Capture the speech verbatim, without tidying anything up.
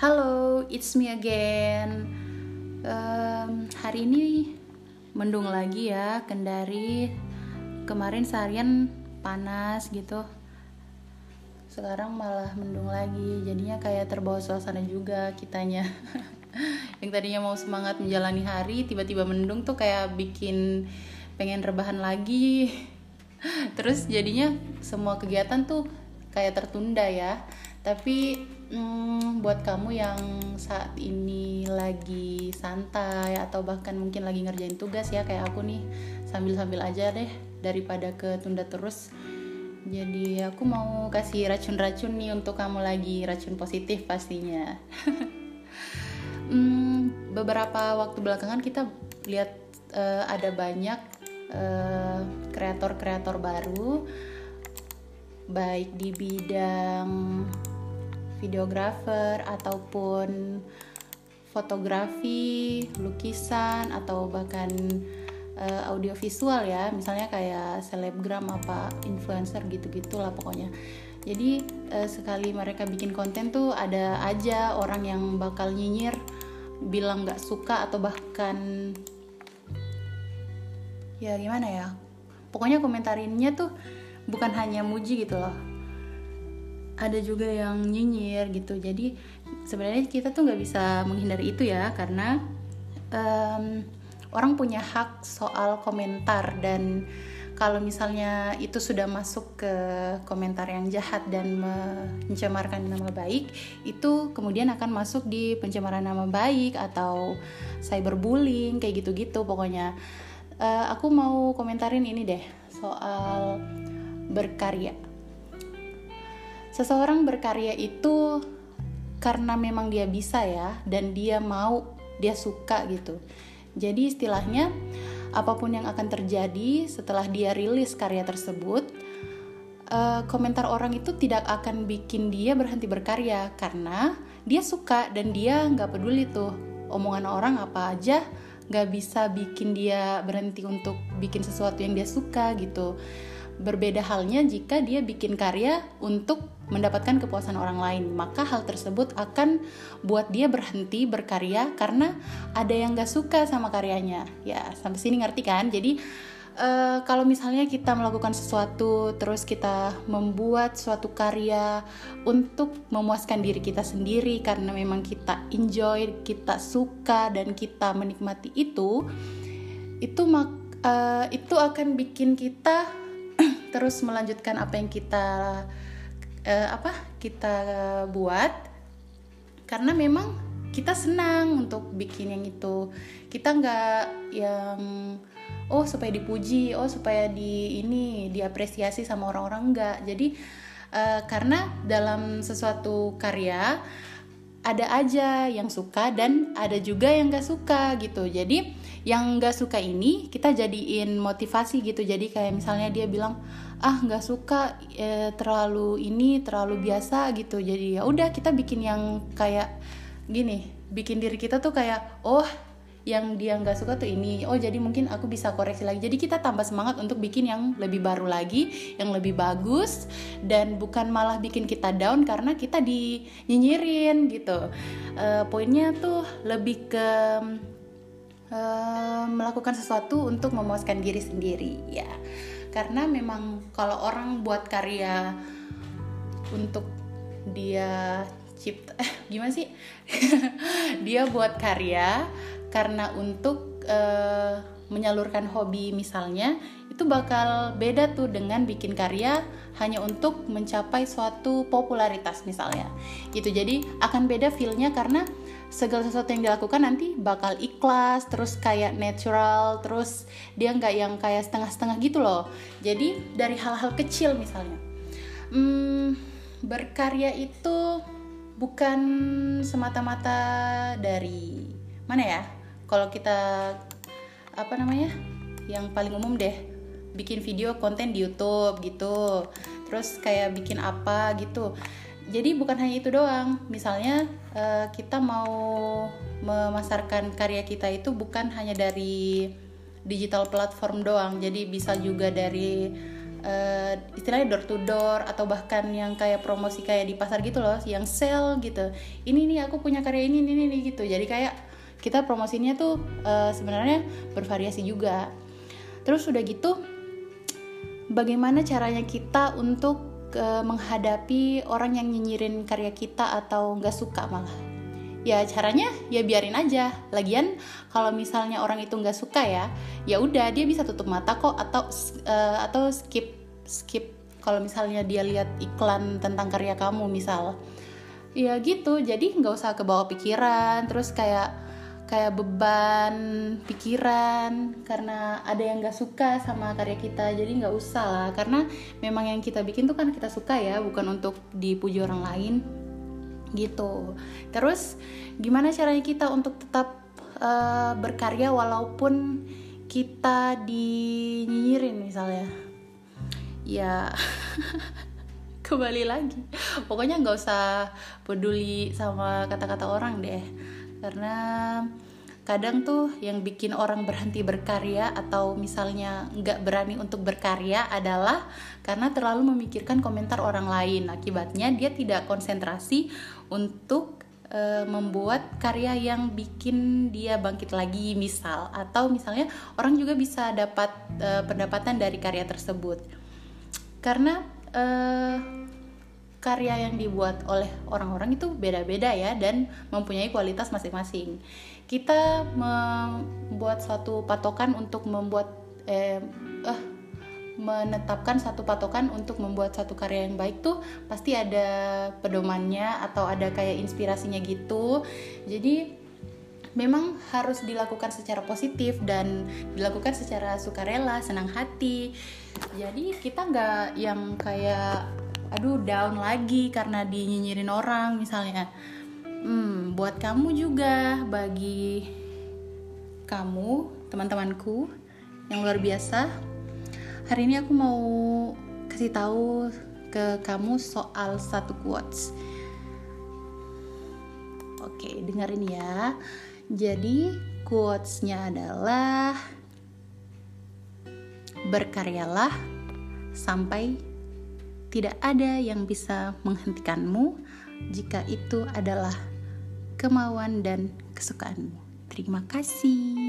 Halo, it's me again. Um, hari ini mendung lagi ya, Kendari. Kemarin seharian panas gitu. Sekarang malah mendung lagi, jadinya kayak terbawa suasana juga kitanya. Yang tadinya mau semangat menjalani hari, tiba-tiba mendung tuh kayak bikin pengen rebahan lagi. Terus jadinya semua kegiatan tuh kayak tertunda ya. Tapi hmm, buat kamu yang saat ini lagi santai atau bahkan mungkin lagi ngerjain tugas ya kayak aku nih, sambil-sambil aja deh daripada ketunda terus. Jadi aku mau kasih racun-racun nih untuk kamu lagi, racun positif pastinya. hmm, beberapa waktu belakangan kita lihat uh, ada banyak uh, kreator-kreator baru, baik di bidang videografer ataupun fotografi, lukisan atau bahkan uh, audiovisual ya, misalnya kayak selebgram apa influencer gitu-gitu lah pokoknya. Jadi uh, sekali mereka bikin konten tuh ada aja orang yang bakal nyinyir, bilang nggak suka atau bahkan ya gimana ya, pokoknya komentarinnya tuh bukan hanya muji gitu loh, ada juga yang nyinyir gitu. Jadi sebenarnya kita tuh nggak bisa menghindari itu ya, karena um, orang punya hak soal komentar, dan kalau misalnya itu sudah masuk ke komentar yang jahat dan mencemarkan nama baik, itu kemudian akan masuk di pencemaran nama baik atau cyberbullying kayak gitu-gitu pokoknya. Uh, aku mau komentarin ini deh soal berkarya. Seseorang berkarya itu karena memang dia bisa ya, dan dia mau, dia suka gitu. Jadi istilahnya apapun yang akan terjadi setelah dia rilis karya tersebut, uh, komentar orang itu tidak akan bikin dia berhenti berkarya, karena dia suka dan dia gak peduli tuh omongan orang apa aja, gak bisa bikin dia berhenti untuk bikin sesuatu yang dia suka gitu. Berbeda halnya jika dia bikin karya untuk mendapatkan kepuasan orang lain, maka hal tersebut akan buat dia berhenti berkarya karena ada yang gak suka sama karyanya. Ya, sampai sini ngerti kan? Jadi uh, kalau misalnya kita melakukan sesuatu, terus kita membuat suatu karya untuk memuaskan diri kita sendiri karena memang kita enjoy, kita suka, dan kita menikmati itu, itu, mak- uh, itu akan bikin kita terus melanjutkan apa yang kita uh, apa kita buat, karena memang kita senang untuk bikin yang itu. Kita nggak yang oh supaya dipuji, oh supaya di ini diapresiasi sama orang-orang, enggak. Jadi uh, karena dalam sesuatu karya ada aja yang suka dan ada juga yang gak suka gitu. Jadi yang gak suka ini kita jadiin motivasi gitu. Jadi kayak misalnya dia bilang, ah gak suka, eh, terlalu ini, terlalu biasa gitu. Jadi ya udah kita bikin yang kayak gini, bikin diri kita tuh kayak, oh yang dia gak suka tuh ini, oh jadi mungkin aku bisa koreksi lagi. Jadi kita tambah semangat untuk bikin yang lebih baru lagi, yang lebih bagus, dan bukan malah bikin kita down karena kita dinyinyirin gitu. uh, Poinnya tuh lebih ke uh, melakukan sesuatu untuk memuaskan diri sendiri ya. Karena memang kalau orang buat karya untuk dia cipta, eh gimana sih dia buat karya karena untuk uh, menyalurkan hobi misalnya, itu bakal beda tuh dengan bikin karya hanya untuk mencapai suatu popularitas misalnya gitu. Jadi akan beda feel-nya karena segala sesuatu yang dilakukan nanti bakal ikhlas, terus kayak natural, terus dia nggak yang kayak setengah-setengah gitu loh. Jadi dari hal-hal kecil misalnya, hmm, berkarya itu bukan semata-mata dari mana ya, kalau kita apa namanya yang paling umum deh, bikin video konten di YouTube gitu, terus kayak bikin apa gitu. Jadi bukan hanya itu doang. Misalnya uh, kita mau memasarkan karya kita itu bukan hanya dari digital platform doang, jadi bisa juga dari uh, istilahnya door to door, atau bahkan yang kayak promosi kayak di pasar gitu loh, yang sale gitu, ini nih aku punya karya ini ini nih gitu. Jadi kayak kita promosinya tuh uh, sebenarnya bervariasi juga. Terus udah gitu, bagaimana caranya kita untuk uh, menghadapi orang yang nyinyirin karya kita atau nggak suka malah? Ya caranya ya biarin aja. Lagian kalau misalnya orang itu nggak suka ya, ya udah dia bisa tutup mata kok, atau uh, atau skip skip kalau misalnya dia lihat iklan tentang karya kamu misal. Ya gitu. Jadi nggak usah kebawa pikiran, terus kayak kayak beban pikiran karena ada yang nggak suka sama karya kita. Jadi nggak usah lah, karena memang yang kita bikin tuh kan kita suka ya, bukan untuk dipuji orang lain gitu. Terus gimana caranya kita untuk tetap uh, berkarya walaupun kita dinyinyirin misalnya? Ya kembali lagi, pokoknya nggak usah peduli sama kata-kata orang deh, karena kadang tuh yang bikin orang berhenti berkarya atau misalnya nggak berani untuk berkarya adalah karena terlalu memikirkan komentar orang lain. Akibatnya dia tidak konsentrasi untuk e, membuat karya yang bikin dia bangkit lagi misal, atau misalnya orang juga bisa dapat e, pendapatan dari karya tersebut. Karena e, karya yang dibuat oleh orang-orang itu beda-beda ya, dan mempunyai kualitas masing-masing. Kita membuat suatu patokan untuk membuat eh, eh menetapkan satu patokan untuk membuat satu karya yang baik tuh pasti ada pedomannya atau ada kayak inspirasinya gitu. Jadi memang harus dilakukan secara positif dan dilakukan secara sukarela, senang hati. Jadi kita nggak yang kayak aduh down lagi karena dinyinyirin orang misalnya. Hmm, buat kamu juga, bagi kamu, teman-temanku yang luar biasa, hari ini aku mau kasih tahu ke kamu soal satu quotes. Oke, dengerin ya. Jadi quotes-nya adalah berkaryalah sampai tidak ada yang bisa menghentikanmu jika itu adalah kemauan dan kesukaanmu. Terima kasih.